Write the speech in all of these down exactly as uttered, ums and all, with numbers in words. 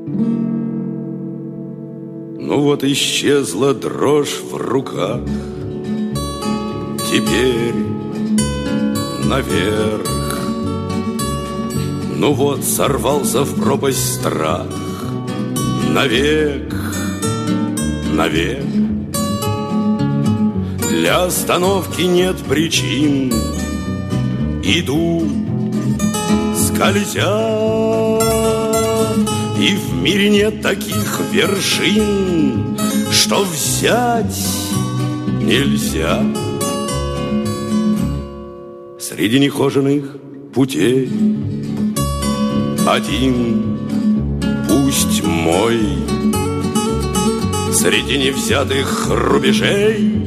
Ну вот исчезла дрожь в руках, теперь наверх. Ну вот сорвался в пропасть страх, навек, навек. Для остановки нет причин, иду, скользя, и в мире нет таких вершин, что взять нельзя. Среди нехоженных путей один, пусть мой, среди невзятых рубежей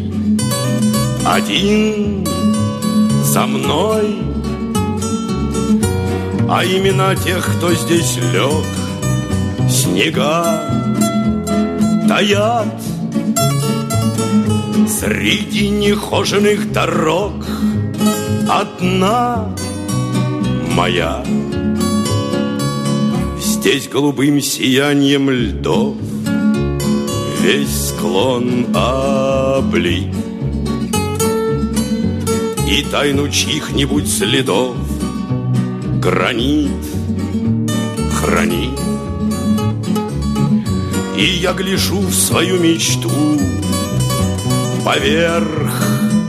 один за мной. А имена тех, кто здесь лег, снега таят. Среди нехоженных дорог одна моя. Здесь голубым сиянием льдов весь склон облит, и тайну чьих-нибудь следов гранит хранит. И я гляжу в свою мечту поверх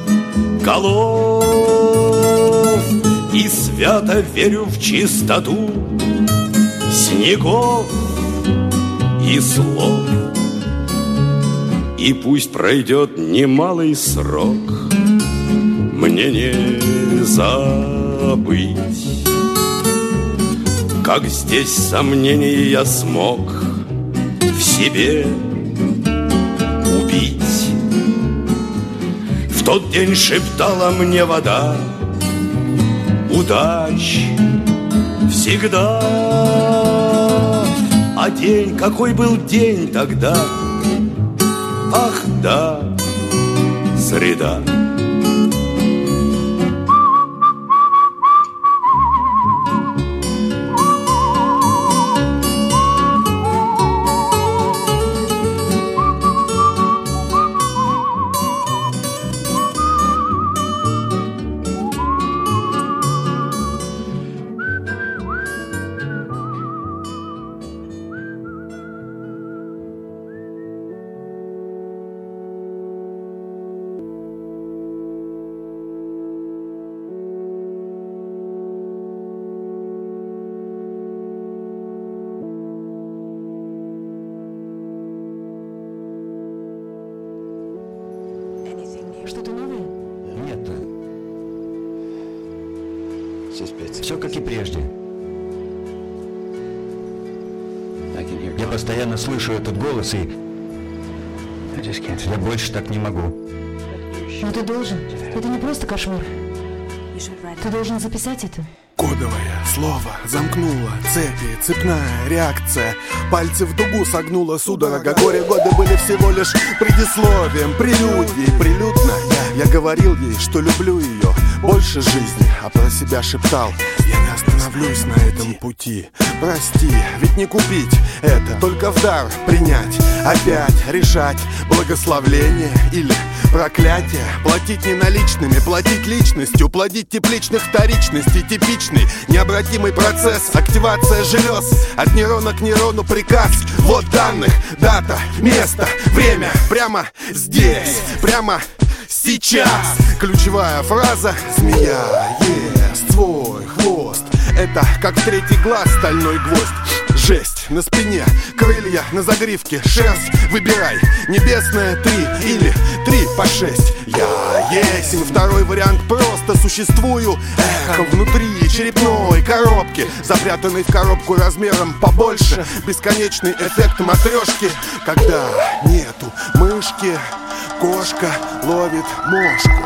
голов и свято верю в чистоту снегов и слов. И пусть пройдет немалый срок, мне не забыть, как здесь сомнения я смог в себе убить. В тот день шептала мне вода: удач всегда. А день, какой был день тогда? Ах да, среда. Что-то новое? Нет. Все как и прежде. Я постоянно слышу этот голос, и я больше так не могу. Но ты должен. Это не просто кошмар. Ты должен записать это. Кодовое слово замкнуло цепи, цепная реакция. Пальцы в дугу согнула судорога. Горе годы были всего лишь предисловием, прелюдией, прилюдно. Я говорил ей, что люблю ее больше жизни, а про себя шептал: я не остановлюсь на этом пути. Прости, ведь не купить это, только в дар принять. Опять решать, благословление или проклятие. Платить не наличными, платить личностью, плодить тепличных вторичностей. Типичный, необратимый процесс, активация желез. От нейрона к нейрону приказ. Вот данных, дата, место, время. Прямо здесь, прямо сейчас. Ключевая фраза: змея ест свой хвост. Это как в третий глаз стальной гвоздь. Жесть на спине, крылья на загривке, шерсть. Выбирай, небесная три или три по шесть. Я есть, второй вариант: просто существую. Эхо внутри черепной коробки, запрятанной в коробку размером побольше. Бесконечный эффект матрешки, когда нету мышки, кошка ловит мошку.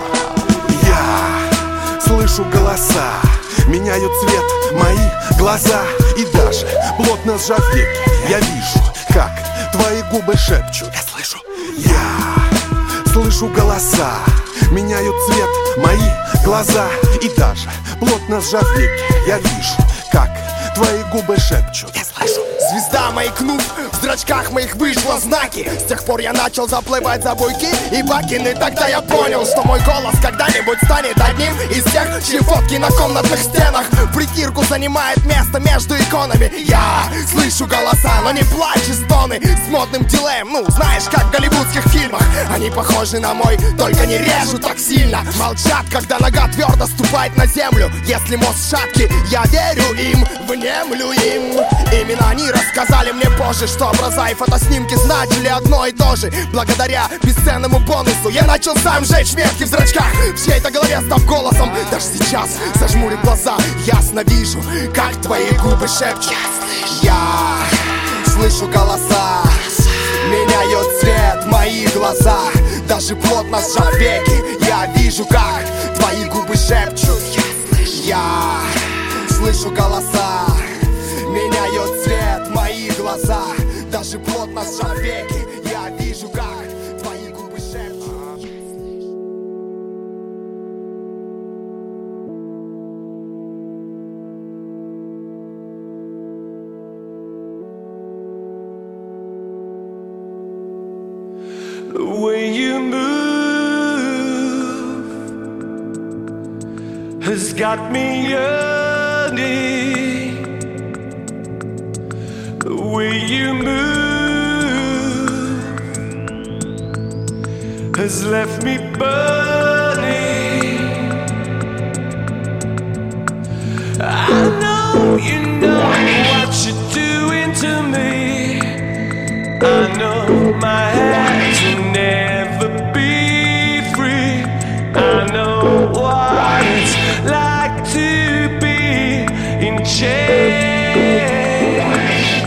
Я слышу голоса, меняют цвет мои глаза. И даже плотно сжав веки, я вижу, как твои губы шепчут. Я слышу, я слышу голоса, меняют цвет мои глаза. И даже плотно сжав веки, я вижу, как твои губы шепчут. Я слышу. Звезда глаза, маякнув, в зрачках моих вышло знаки. С тех пор я начал заплывать за буйки и бакины. Тогда я понял, что мой голос когда-нибудь станет одним из тех, чьи фотки на комнатных стенах в притирку занимает место между иконами. Я слышу голоса, но не плачь и стоны с модным дилеем. Ну, знаешь, как в голливудских фильмах. Они похожи на мой, только не режут так сильно. Молчат, когда нога твердо ступает на землю. Если мост шаткий, я верю им, внемлю им. Именно они рассказали мне позже, что образа и фотоснимки значили одно и то же. Благодаря бесценному бонусу я начал сам жечь метки в зрачках, в чьей-то голове став голосом. Даже сейчас, зажмурив глаза, ясно вижу, как твои губы шепчут. Я слышу голоса, меняют цвет мои глаза. Даже плотно сжав веки, я вижу, как твои губы шепчут. Я слышу голоса, меняют цвет мои глаза. Даже плотно сжав веки, я вижу, как твои губы шепчут. The way you move has got me yearning. The way you move has left me burning. I know you know what you're doing to me. I know my hands will never be free. I know what it's like to be in chains.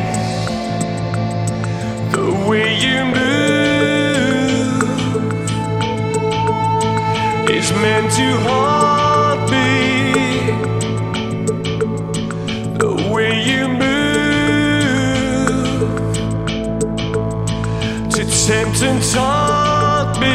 The way you move is meant to haunt me. The way you move tempt and taunt me.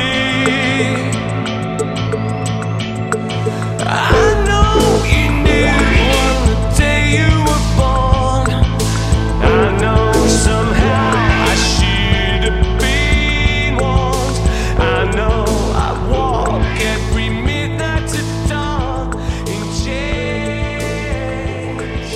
I know you knew on the day you were born. I know somehow I should have been warned. I know I walk every midnight to dawn in chains.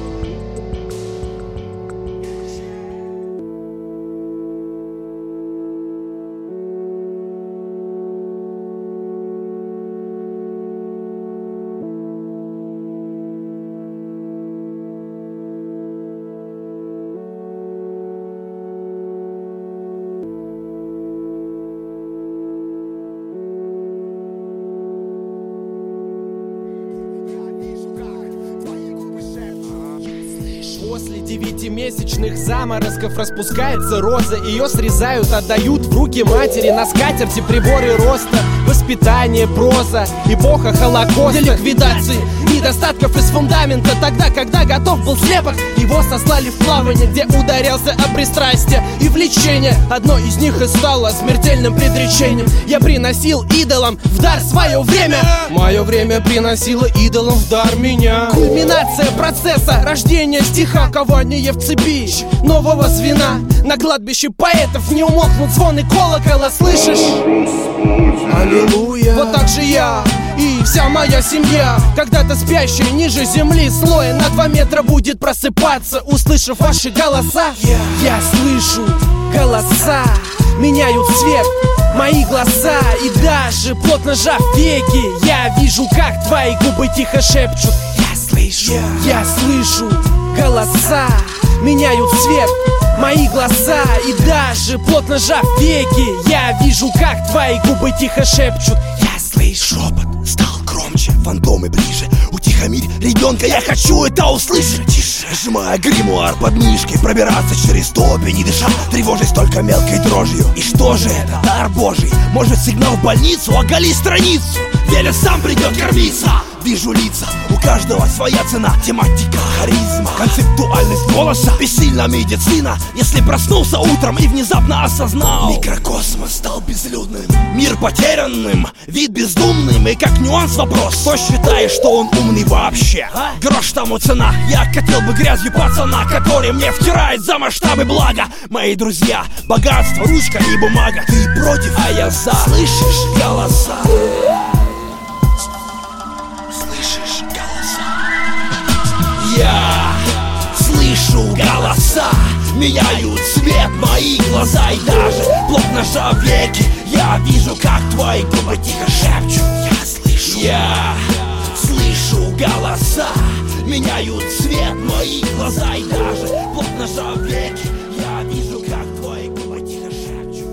После девятимесячных заморозков распускается роза. Ее срезают, отдают в руки матери. На скатерти приборы роста, воспитание, проза, эпоха Холокоста, для ликвидации недостатков из фундамента. Тогда, когда готов был слепок, его сослали в плавание, где ударялся о пристрастие и влечение. Одно из них и стало смертельным предречением. Я приносил идолам в дар свое время. Мое время приносило идолам в дар меня. Кульминация процесса рождения стиха, кование в цепи нового звена. На кладбище поэтов не умолкнут звоны колокола, слышишь? Аллилуйя. Вот так же я и вся моя семья, когда-то спящая ниже земли слоя, на два метра будет просыпаться, услышав ваши голоса. Yeah. Я слышу голоса, меняют цвет мои глаза. И даже плотно сжав веки, я вижу, как твои губы тихо шепчут. Я слышу, yeah. Я слышу голоса, меняют цвет мои глаза. И даже плотно сжав веки, я вижу, как твои губы тихо шепчут. Я слышу. Шепот стал громче, фантомы ближе. Утихомирь ребенка, я хочу это услышать. Тише, сжимая гримуар под мишкой, пробираться через топи, не дыша, тревожась только мелкой дрожью. И что же это? Дар Божий, может сигнал в больницу? Оголи страницу, Веля сам придет кормиться. вижу лица, у каждого своя цена. Тематика, харизма, концептуальность голоса, бессильна медицина. Если проснулся утром и внезапно осознал, микрокосмос стал безлюдным, мир потерянным, вид бездумным. И как нюанс вопрос, кто считает, что он умный вообще? Грош тому цена, я катил бы грязью пацана, который мне втирает за масштабы блага. Мои друзья, богатство, ручка и бумага. Ты против, а я за. Слышишь голоса? Слышишь голоса? Я слышу голоса, меняют цвет мои глаза. И даже плотно сжав веки, я вижу, как твои губы тихо шепчут. Я слышу, я слышу голоса, меняют цвет мои глаза. И даже плотно сжав веки, я вижу, как твои губы тихо шепчут.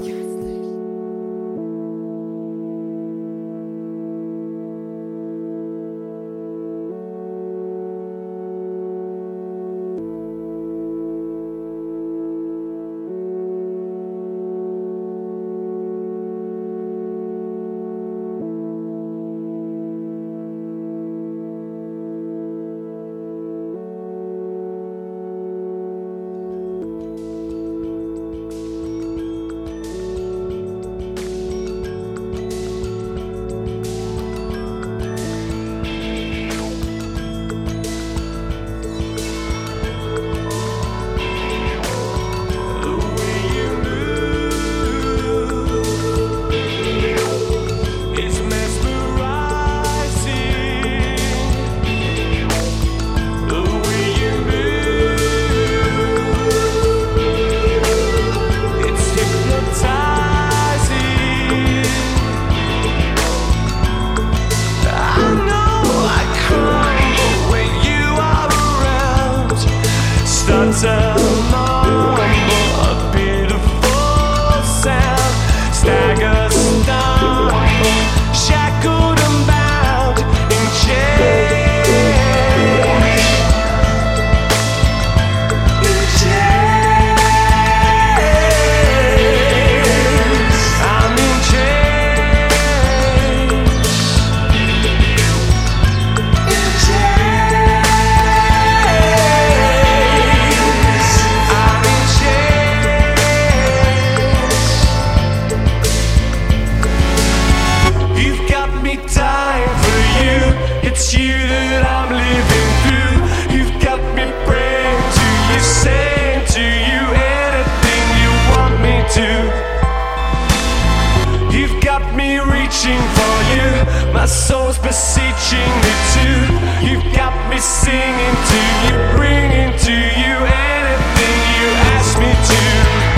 My soul's beseeching me to. You've got me singing to you, bringing to you anything you ask me to.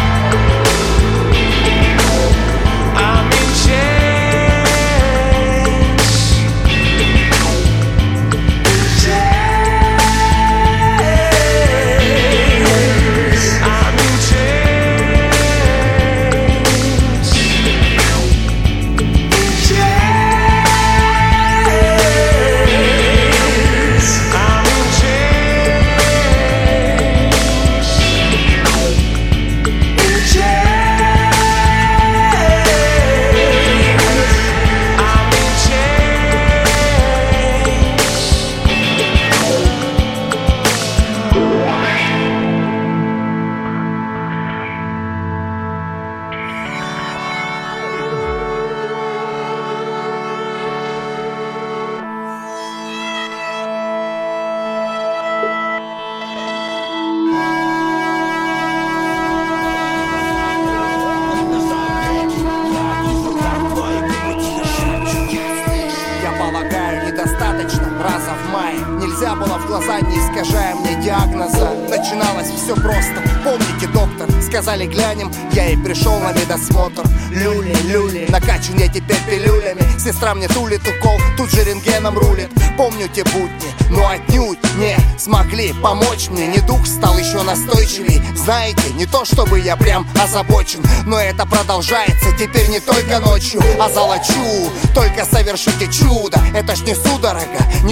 I'm in chains. Chains. I'm in chains. Раза в мае нельзя было в глаза, не искажая мне диагноза. Начиналось все просто, помните, доктор? Сказали, глянем, я и пришел на медосмотр. Люли, люли, накачан я теперь пилюлями. Сестра мне тулит укол, тут же рентгеном рулит. Помню те будни, но отнюдь не смогли помочь мне. Недуг стал еще настойчивей. Знаете, не то чтобы я прям озабочен, но это продолжается теперь не только ночью, а золочу. Только совершите чудо, это ж не судорога, не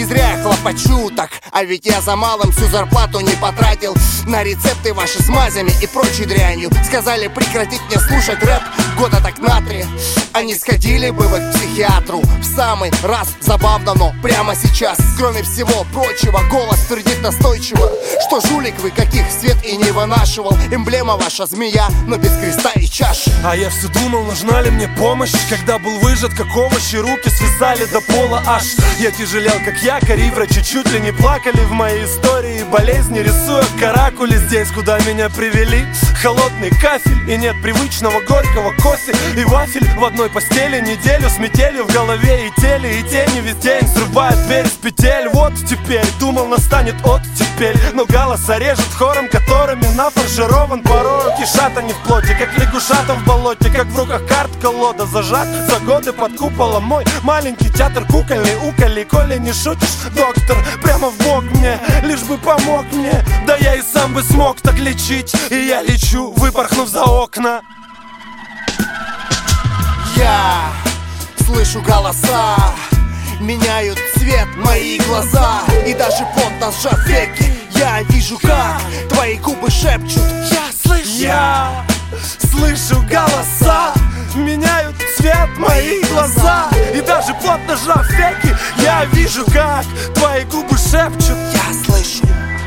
зря я хлопочу так, а ведь я за малым всю зарплату не потратил на рецепты ваши с мазями и прочей дрянью. Сказали прекратить мне слушать рэп года так на три. Они сходили бы вы к психиатру в самый раз. Забавно, но прямо сейчас, кроме всего прочего, голос твердит настойчиво, что жулик вы, каких свет и не вынашивал. Эмблема ваша змея, но без креста и чаши. А я все думал, нужна ли мне помощь, когда был выжат как овощи, руки свисали до пола аж. Я тяжелел как якорь, и врачи чуть ли не плакали в моей истории болезни, рисуя в каракуле здесь, куда меня привели. Холодный кафель и нет привычного горького кофе и вафель в одной постели. Неделю с метелью в голове и теле, и тени весь день срубают дверь с петель. Вот теперь думал, настанет оттепель, но голоса режет хором, которыми нафарширован порою. Кишат они в плоти, как лягушата в болоте, как в руках карт колода зажат за годы под куполом. Мой маленький театр кукольный, уколи, коли не шутишь, доктор, прямо в бок мне, лишь бы помог мне. Да я и сам бы смог так лечить, и я лечу, выпорхнув за окна. Я слышу голоса, меняют цвет мои глаза, и даже плотно сжав веки, я вижу, как твои губы шепчут. Я слышу, я слышу голоса, меняют цвет мои глаза, и даже плотно сжав веки, я вижу, как твои губы шепчут. Я слышу.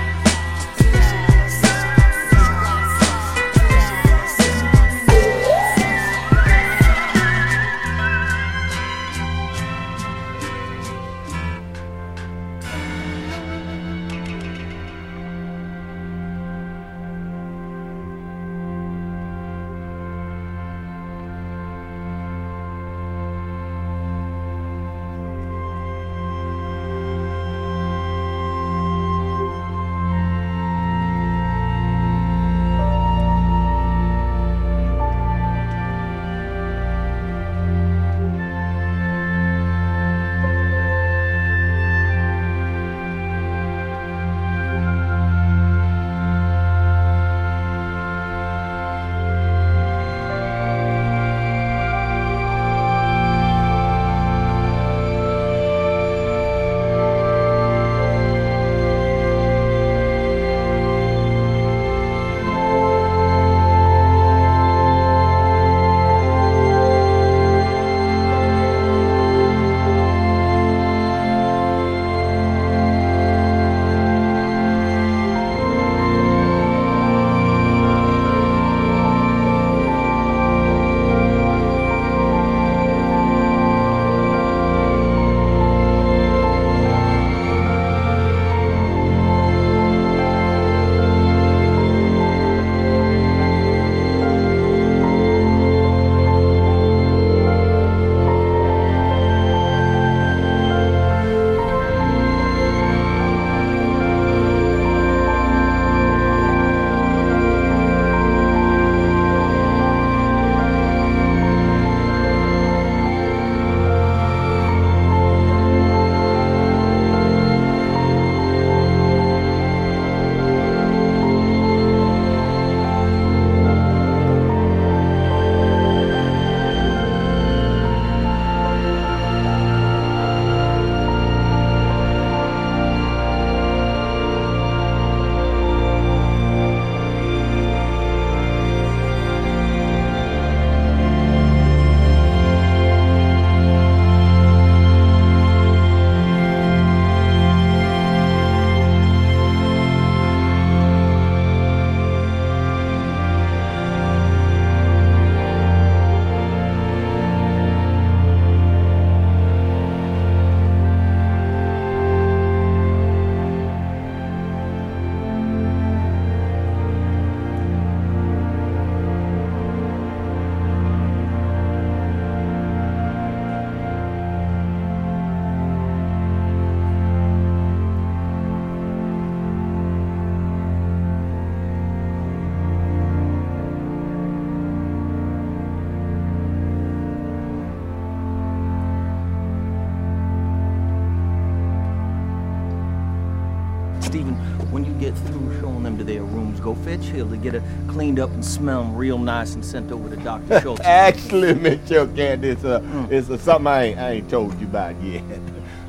Stephen, when you get through showing them to their rooms, go fetch Hill to get her cleaned up and smell them real nice and sent over to Doctor Schultz. Actually, Mister Candy, it's, uh, mm. it's uh, something I ain't, I ain't told you about yet. What?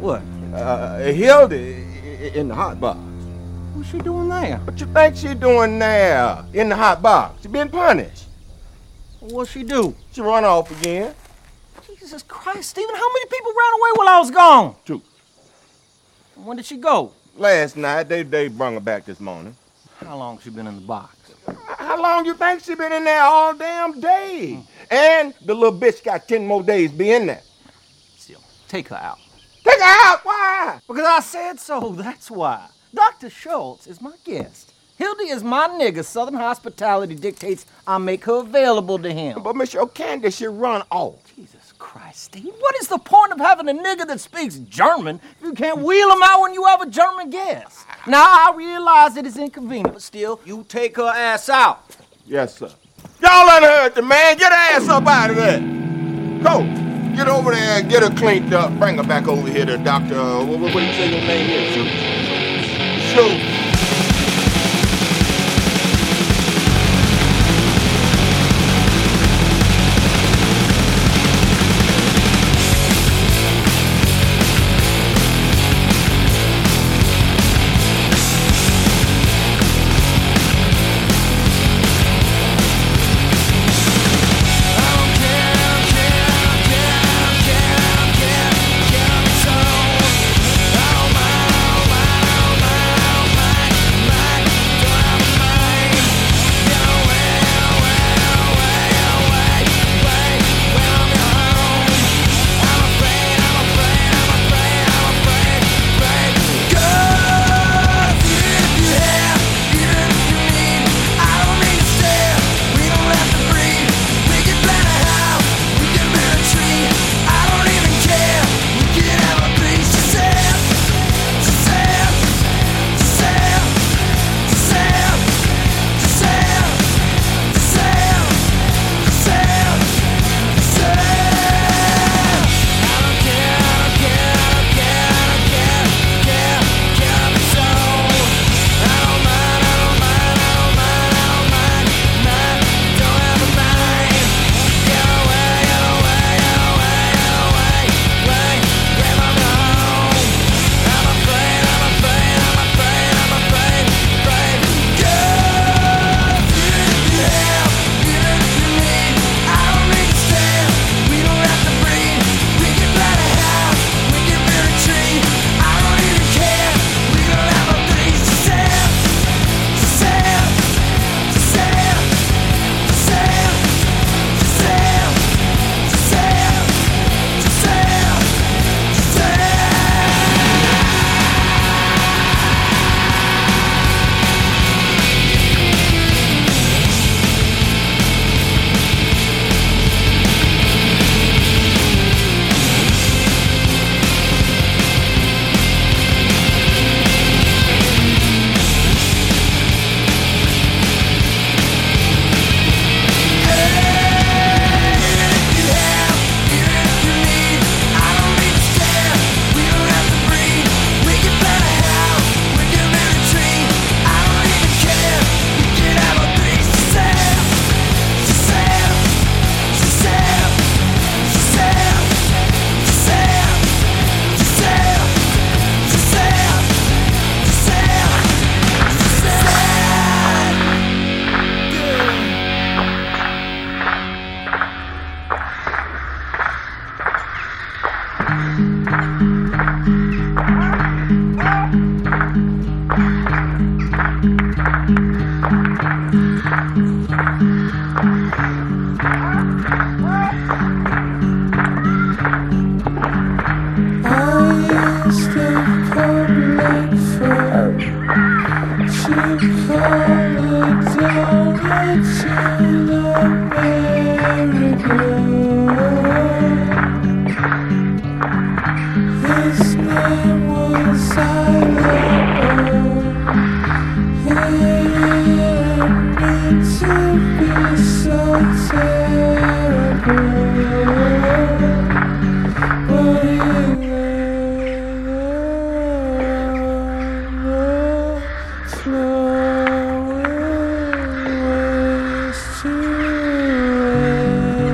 Uh, Hildy in the hot box. What's she doing there? What you think she doing there in the hot box? She been punished. What'd she do? She run off again. Jesus Christ, Stephen, how many people ran away while I was gone? Two. When did she go? Last night. They they brung her back this morning. How long she been in the box? How long you think she been in there all damn day? Mm. And the little bitch got ten more days to be in there. Still, take her out. Take her out? Why? Because I said so, that's why. Doctor Schultz is my guest. Hildy is my nigga. Southern hospitality dictates I make her available to him. But Miss O'Candy, she run off. Jesus Christ, Steve. What is the point of having a nigga that speaks German if you can't wheel him out when you have a German guest? Now, I realize it is inconvenient, but still, you take her ass out. Yes, sir. Y'all unheard the man. Get her ass up out of there. Go. Get over there and get her cleaned up. Bring her back over here to Doctor Uh, what, what do you say your name is? Shoot. Shoot.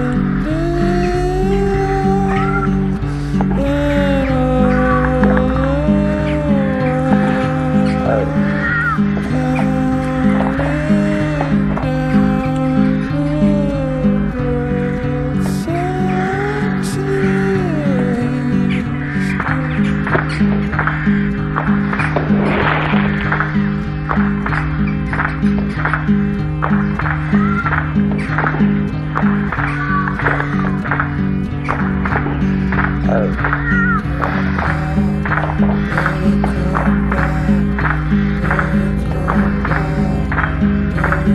Oh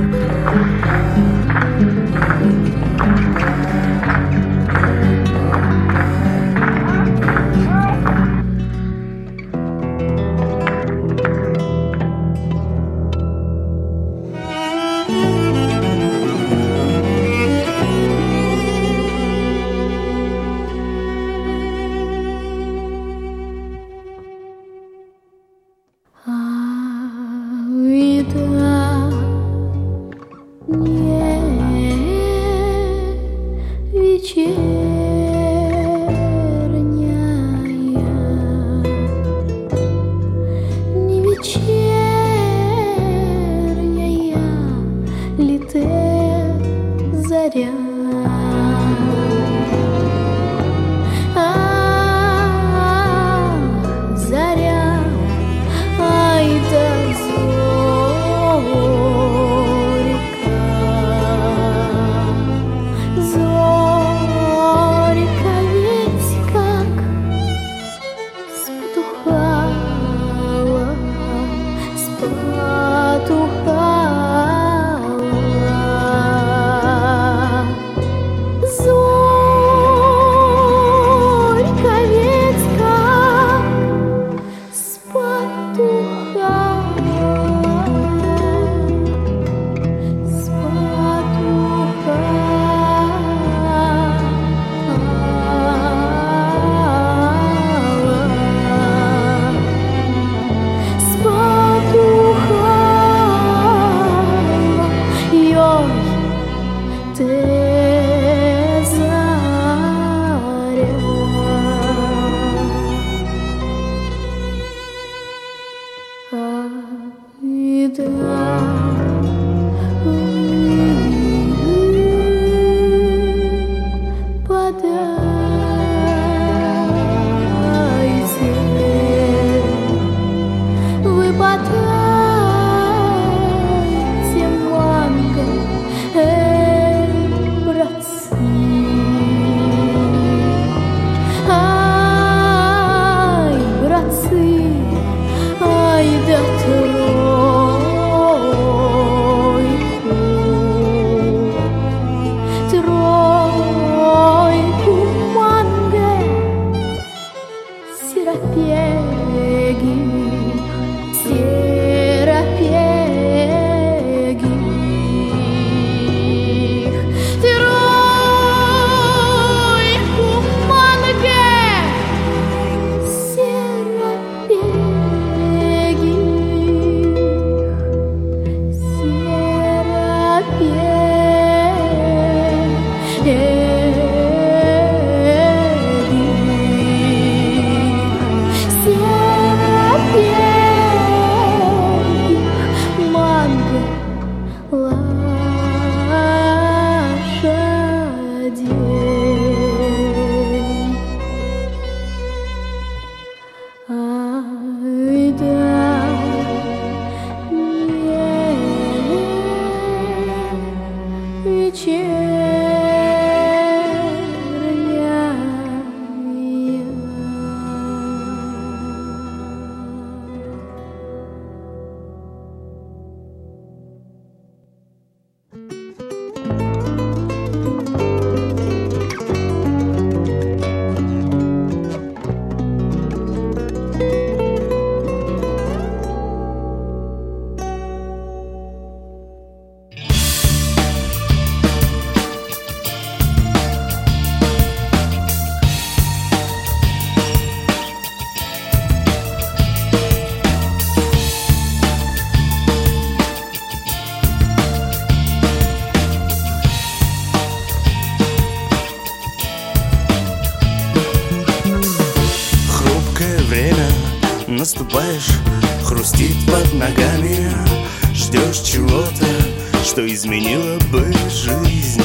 Наступаешь, хрустит под ногами, ждешь чего-то, что изменило бы жизнь.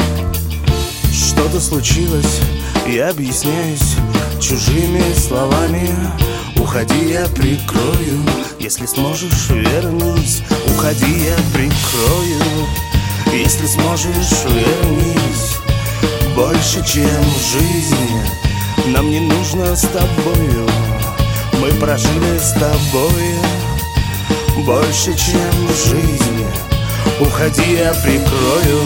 Что-то случилось, я объясняюсь чужими словами. Уходи, я прикрою, если сможешь, вернись. Уходи, я прикрою, если сможешь, вернись. Больше, чем в жизни, нам не нужно с тобою. Мы прожили с тобой больше, чем в жизни. уходи, я прикрою.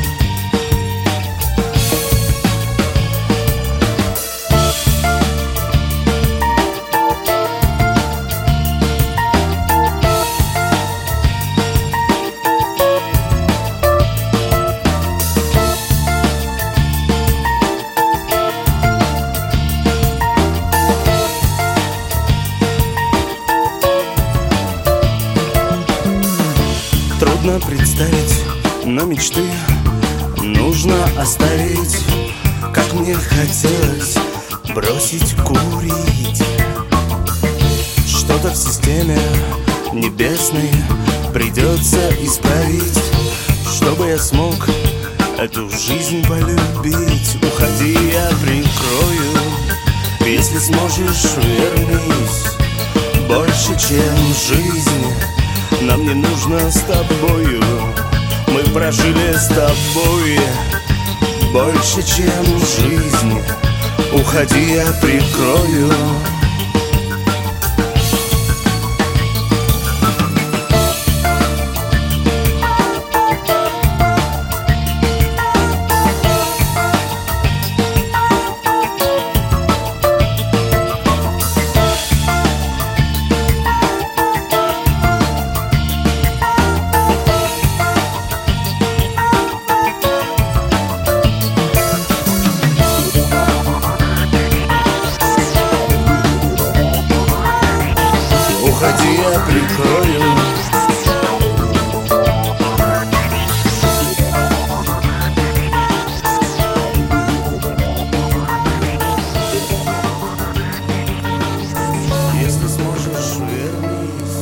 Трудно представить, но мечты нужно оставить. Как мне хотелось бросить курить. Что-то в системе небесной придется исправить, чтобы я смог эту жизнь полюбить. Уходи, я прикрою, если сможешь, вернись. Больше, чем жизнь нам не нужно с тобою. Мы прожили с тобой больше, чем жизнь. Уходи, я прикрою. Уходи, я прикрою. Если сможешь, вернись.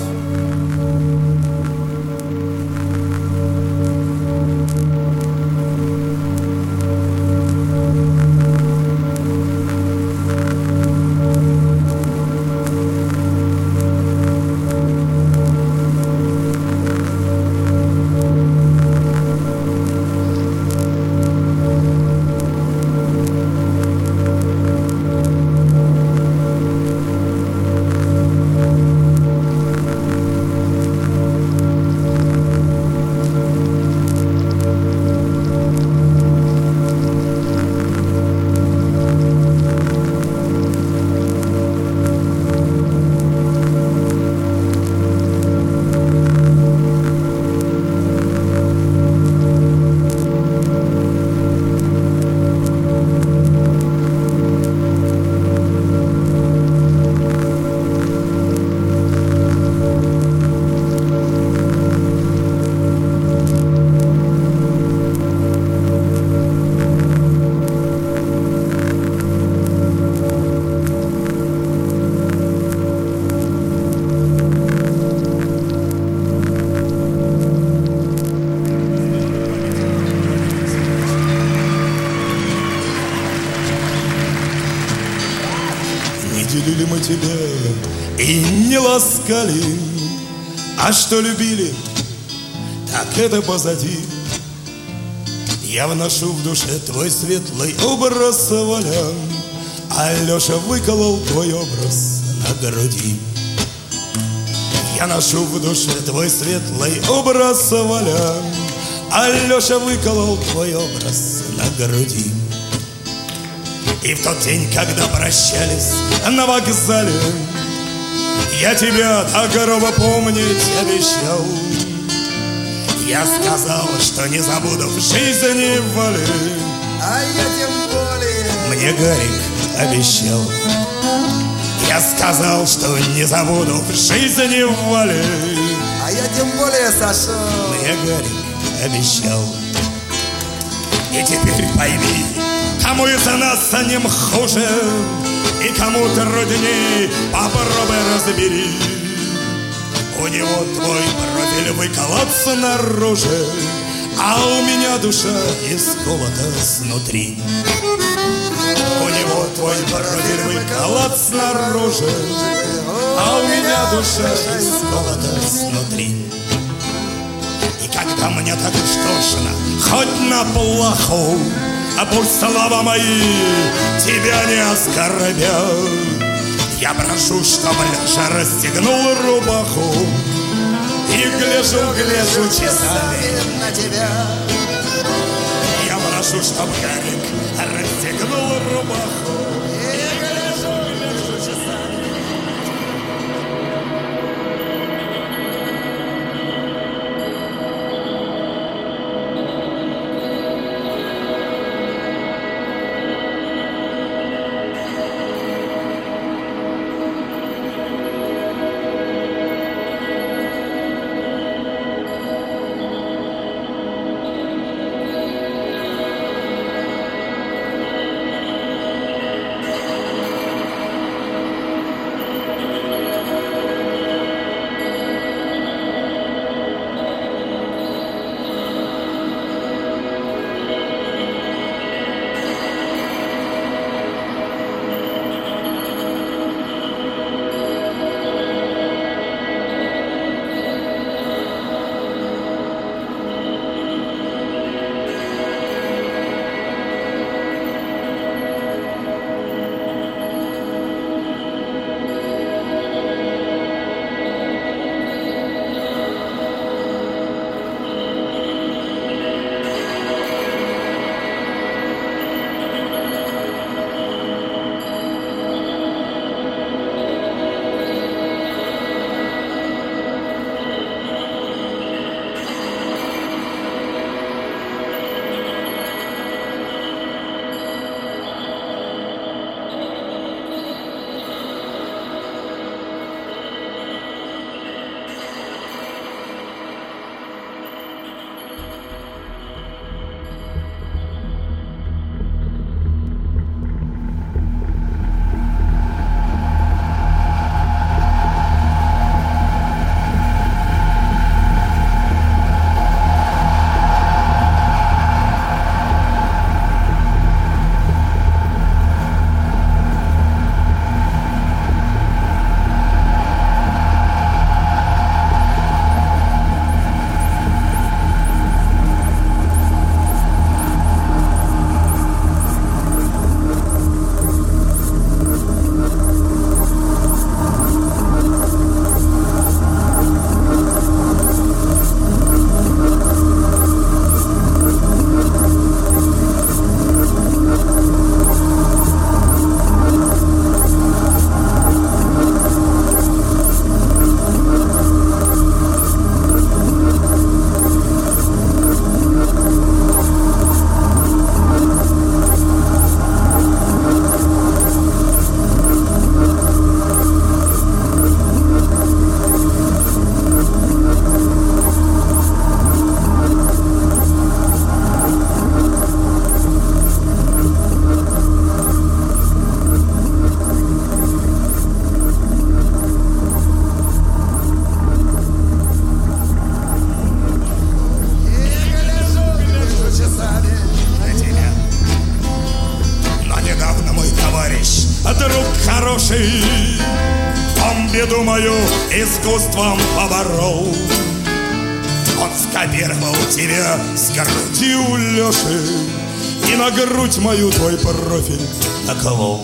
Делили мы тебя и не ласкали, а что любили, так это позади. Я вношу в душе твой светлый образ, Валя, а Леша выколол твой образ на груди. Я ношу в душе твой светлый образ, Валя, а Леша выколол твой образ на груди. И в тот день, когда прощались на вокзале, я тебя до гроба помнить обещал. Я сказал, что не забуду в жизни Вали, а я тем более мне Гарик обещал. Я сказал, что не забуду в жизни Вали, а я тем более, Саша, мне Гарик обещал. И теперь пойми, кому из нас с ним хуже, и кому трудней, попробуй разбери. У него твой профиль выколот снаружи, а у меня душа исколота снутри. У него твой профиль выколот снаружи, а у меня душа исколота снутри. И когда мне так уж тошно, хоть на плаху, а пусть слова мои тебя не оскорбят, я прошу, чтобы Леша расстегнул рубаху И гляжу, гляжу часами на тебя. Я прошу, чтоб Гарик расстегнул рубаху. И гляжу, гляжу часами. хороший, он беду мою искусством поборол. Он скопировал тебя с груди у Леши и на грудь мою твой профиль наколол.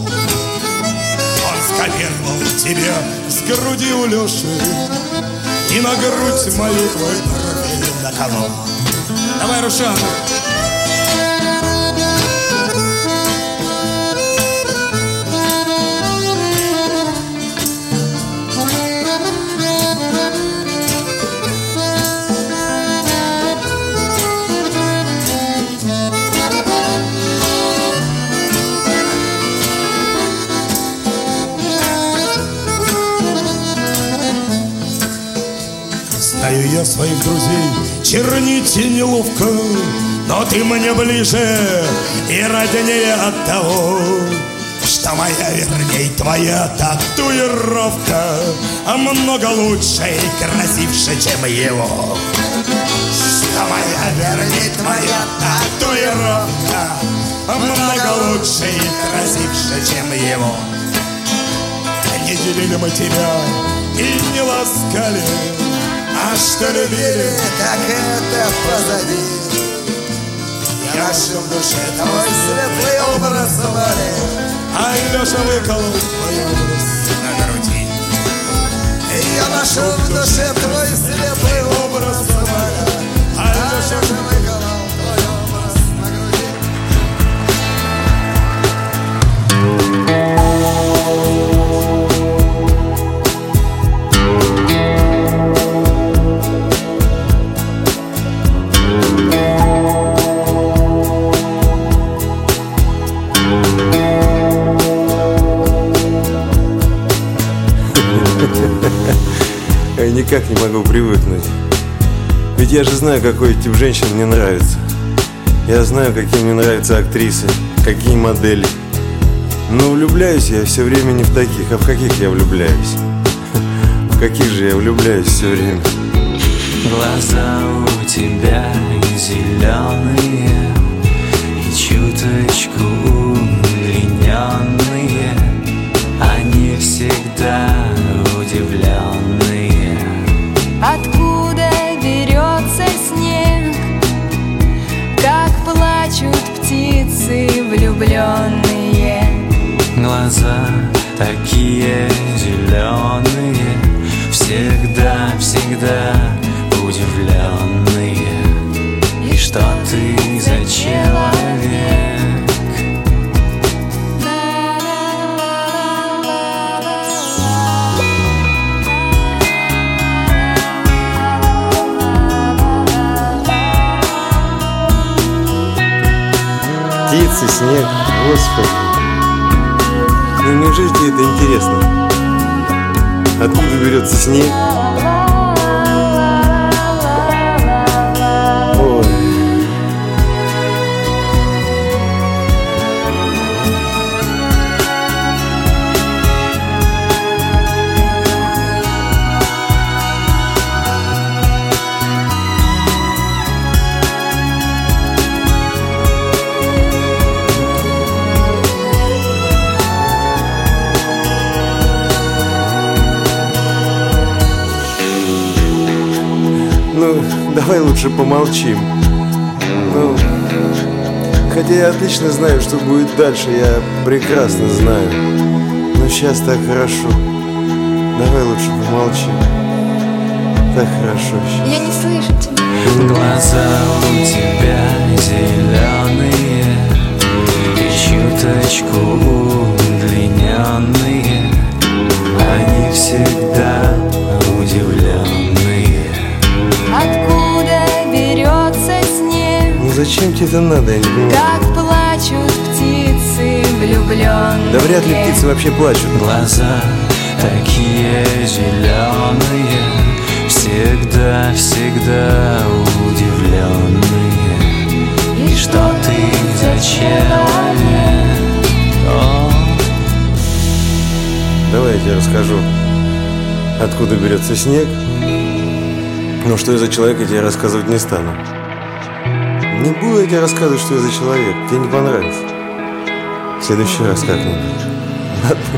Он скопировал тебя с груди у Леши и на грудь мою твой профиль наколол. Давай, Рушан. Знаю я своих друзей, чернить неловко, но ты мне ближе и роднее от того, что моя, верней, твоя татуировка много лучше и красивше, чем его. Что моя, верней, твоя татуировка много лучше и красивше, чем его. Не делили мы тебя и не ласкали, а что любили, так это позади. Я нашел в душе твой светлый образ Вали, а Леша выколол твой образ на груди. Я нашел в душе твой светлый никак не могу привыкнуть. Ведь я же знаю, какой тип женщин мне нравится. Я знаю, какие мне нравятся актрисы, какие модели. Но влюбляюсь я все время не в таких. А в каких я влюбляюсь? В каких же я влюбляюсь все время? Глаза у тебя зеленые и чуточку удлиненные, они всегда удивленные. Откуда берется снег, как плачут птицы влюбленные? Глаза такие зеленые, всегда, всегда удивленные. И что ты за человек? Птицы, снег, господи. Ну неужели тебе это интересно? Откуда берется снег? Ой. Ну, давай лучше помолчим. Ну, хотя я отлично знаю, что будет дальше, я прекрасно знаю. Но сейчас так хорошо. Давай лучше помолчим. Так хорошо сейчас. Я не слышу тебя. Глаза у тебя зеленые и чуточку удлиненные, они всегда удивленные. Откуда берется снег? Ну зачем тебе это надо, я не понимаю. Как плачут птицы влюбленные? Да вряд ли птицы вообще плачут. Глаза такие зеленые, всегда, всегда удивленные. И что ты за человек? О. Давай я тебе расскажу, откуда берется снег. Но что я за человек, я тебе рассказывать не стану. Не буду я тебе рассказывать, что я за человек. Тебе не понравится. В следующий раз как-нибудь. Ладно?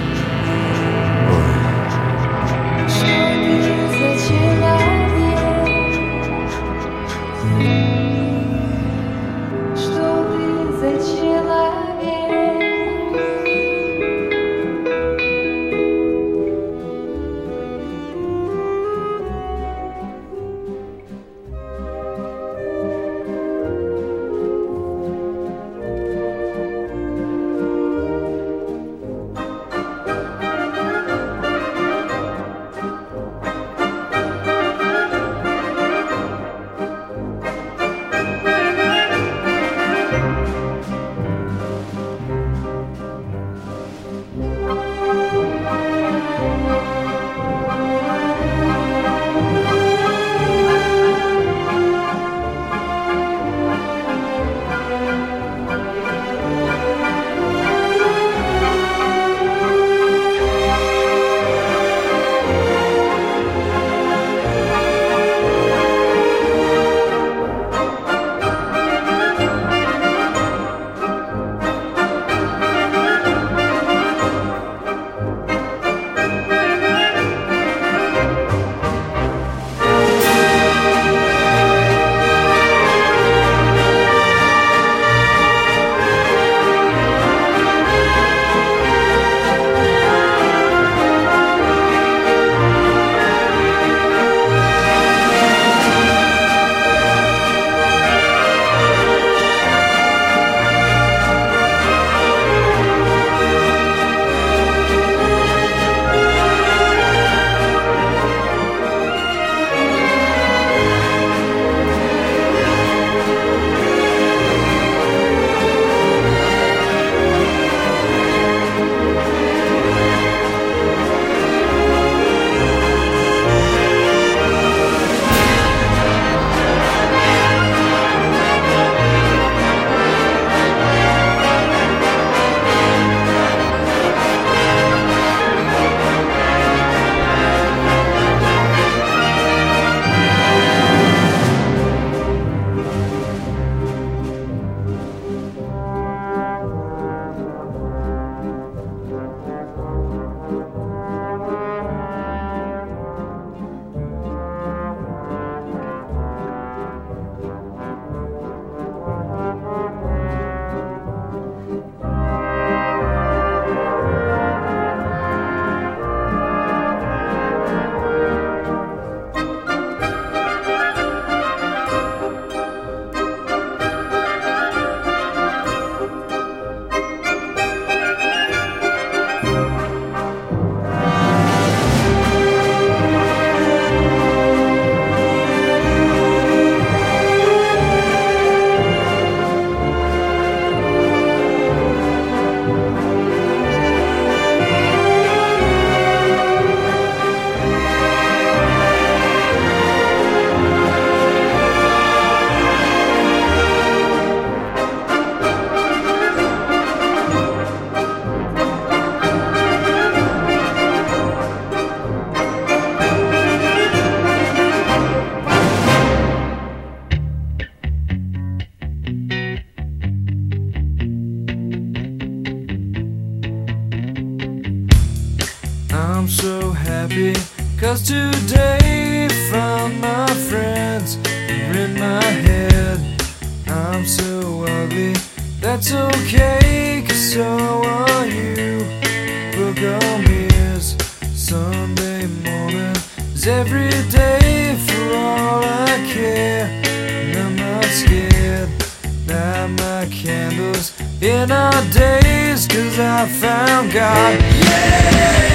I'm so happy, cause today found my friends are in my head. I'm so ugly, that's okay, cause so are you. Book on mirrors, Sunday morning is every day for all I care. And I'm not scared, light my candles in our days, cause I found God. Yeah!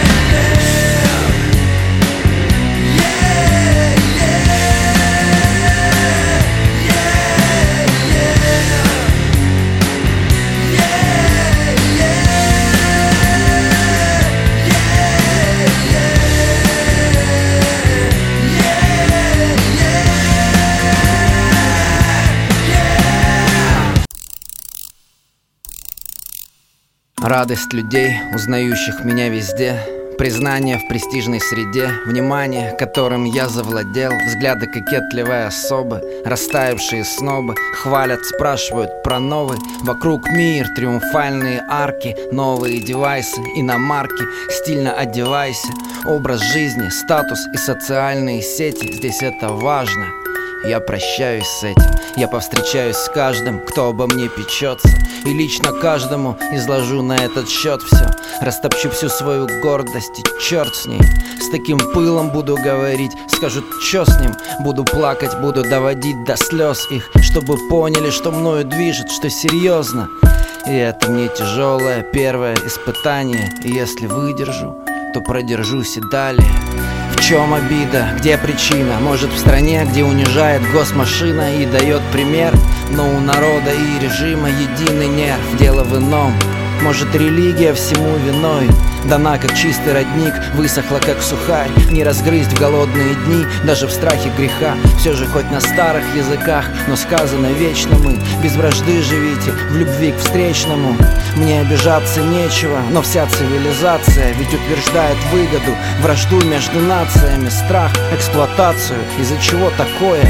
Радость людей, узнающих меня везде, признание в престижной среде, внимание, которым я завладел, взгляды кокетливой особы, растаявшие снобы, хвалят, спрашивают про новый. Вокруг мир, триумфальные арки, новые девайсы, иномарки, стильно одевайся. Образ жизни, статус и социальные сети, здесь это важно. Я прощаюсь с этим, я повстречаюсь с каждым, кто обо мне печется, и лично каждому изложу на этот счет все. Растопчу всю свою гордость, и черт с ней. С таким пылом буду говорить, скажут, чё с ним. Буду плакать, буду доводить до слез их, чтобы поняли, что мною движет, что серьезно. И это мне тяжелое первое испытание, и если выдержу, то продержусь и далее. В чем обида? Где причина? Может, в стране, где унижает госмашина и дает пример, но у народа и режима единый нерв. Дело в ином. Может, религия всему виной дана, как чистый родник, высохла, как сухарь. Не разгрызть в голодные дни, даже в страхе греха. Все же хоть на старых языках, но сказано вечно мы. Без вражды живите, в любви к встречному. Мне обижаться нечего, но вся цивилизация ведь утверждает выгоду, вражду между нациями, страх, эксплуатацию. Из-за чего такое?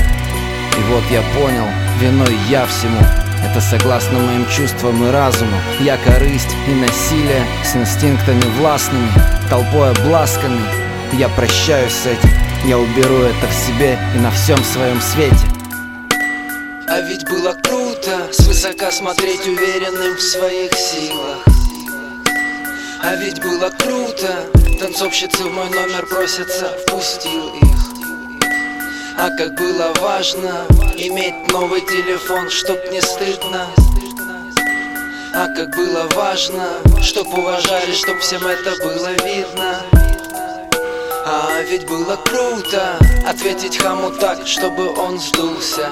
И вот я понял, виной я всему. Это согласно моим чувствам и разуму. Я корысть и насилие с инстинктами властными, толпой обласканный. Я прощаюсь с этим, я уберу это в себе и на всем своем свете. А ведь было круто свысока смотреть уверенным в своих силах. А ведь было круто, танцовщицы в мой номер просятся, впустил их. А как было важно иметь новый телефон, чтоб не стыдно. А как было важно, чтоб уважали, чтоб всем это было видно. А ведь было круто ответить хаму так, чтобы он сдулся.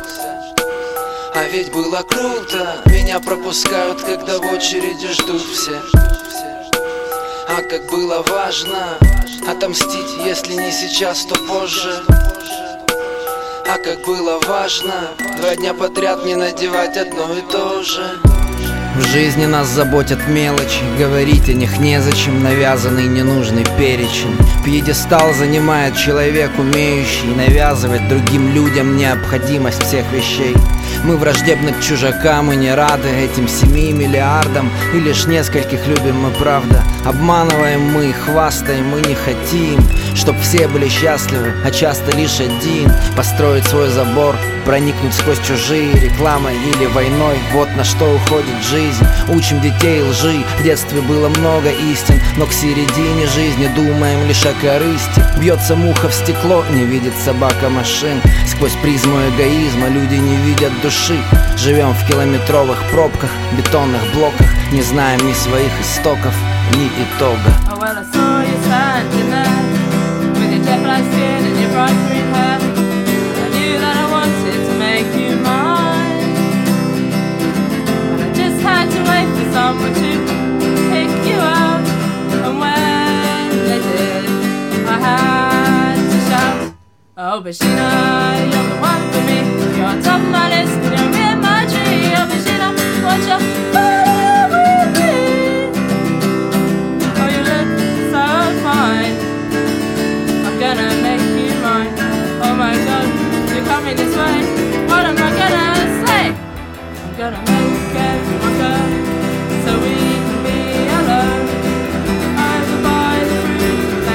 А ведь было круто, меня пропускают, когда в очереди ждут все. А как было важно отомстить, если не сейчас, то позже. А как было важно два дня подряд не надевать одно и то же. В жизни нас заботят мелочи, говорить о них незачем, навязанный ненужный перечень. Пьедестал занимает человек, умеющий навязывать другим людям необходимость всех вещей. Мы враждебны к чужакам и не рады этим семи миллиардам, и лишь нескольких любим мы, правда. Обманываем мы, хвастаем мы не хотим, чтоб все были счастливы, а часто лишь один. Построить свой забор, проникнуть сквозь чужие рекламой или войной, вот на что уходит жизнь. Учим детей лжи, в детстве было много истин, но к середине жизни думаем лишь о корысти. Бьется муха в стекло, не видит собака машин. Сквозь призму эгоизма люди не видят души. Живем в километровых пробках, бетонных блоках, не знаем ни своих истоков, ни итога. Oh, well, I saw you standing there with your jet black skin and your bright green hair. I knew that I wanted to make you mine, but I just had to wait for someone to pick you out. And when they did, I had to shout, oh, Bashina, you're the one for me. You're on top of my list, you're in my tree. Oh, Bashina, won't you follow with me? Oh, you look so fine, I'm gonna make you mine. Oh my God, you're coming this way. What am I gonna say? I'm gonna make everyone go, so we can be alone. Over by the fruit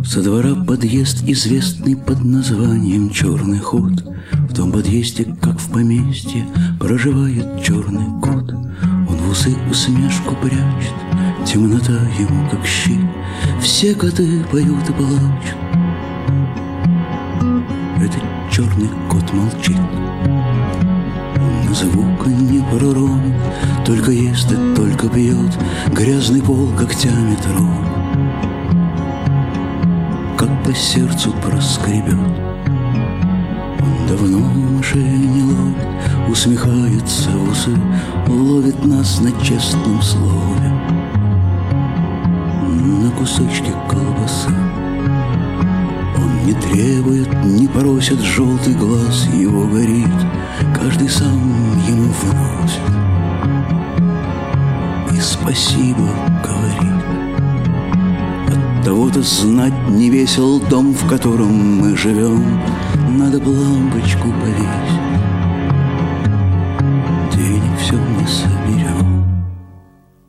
Со двора подъезд, известный под названием «Черный ход». В том подъезде, как в поместье, проживает черный кот. Он в усы усмешку прячет, темнота ему как щит. Все коты поют и плачут. Этот черный кот молчит, звука не проронит, только ест и только пьет, грязный пол когтями тронет, как по сердцу проскребет. Он давно мышей не ловит, усмехается в усы, ловит нас на честном слове, на кусочки колбасы. Он не требует, не просит, желтый глаз его горит, каждый сам ему вносит и спасибо говорит. От того-то знать не весел дом, в котором мы живем, надо б лампочку повесить, денег все не соберем.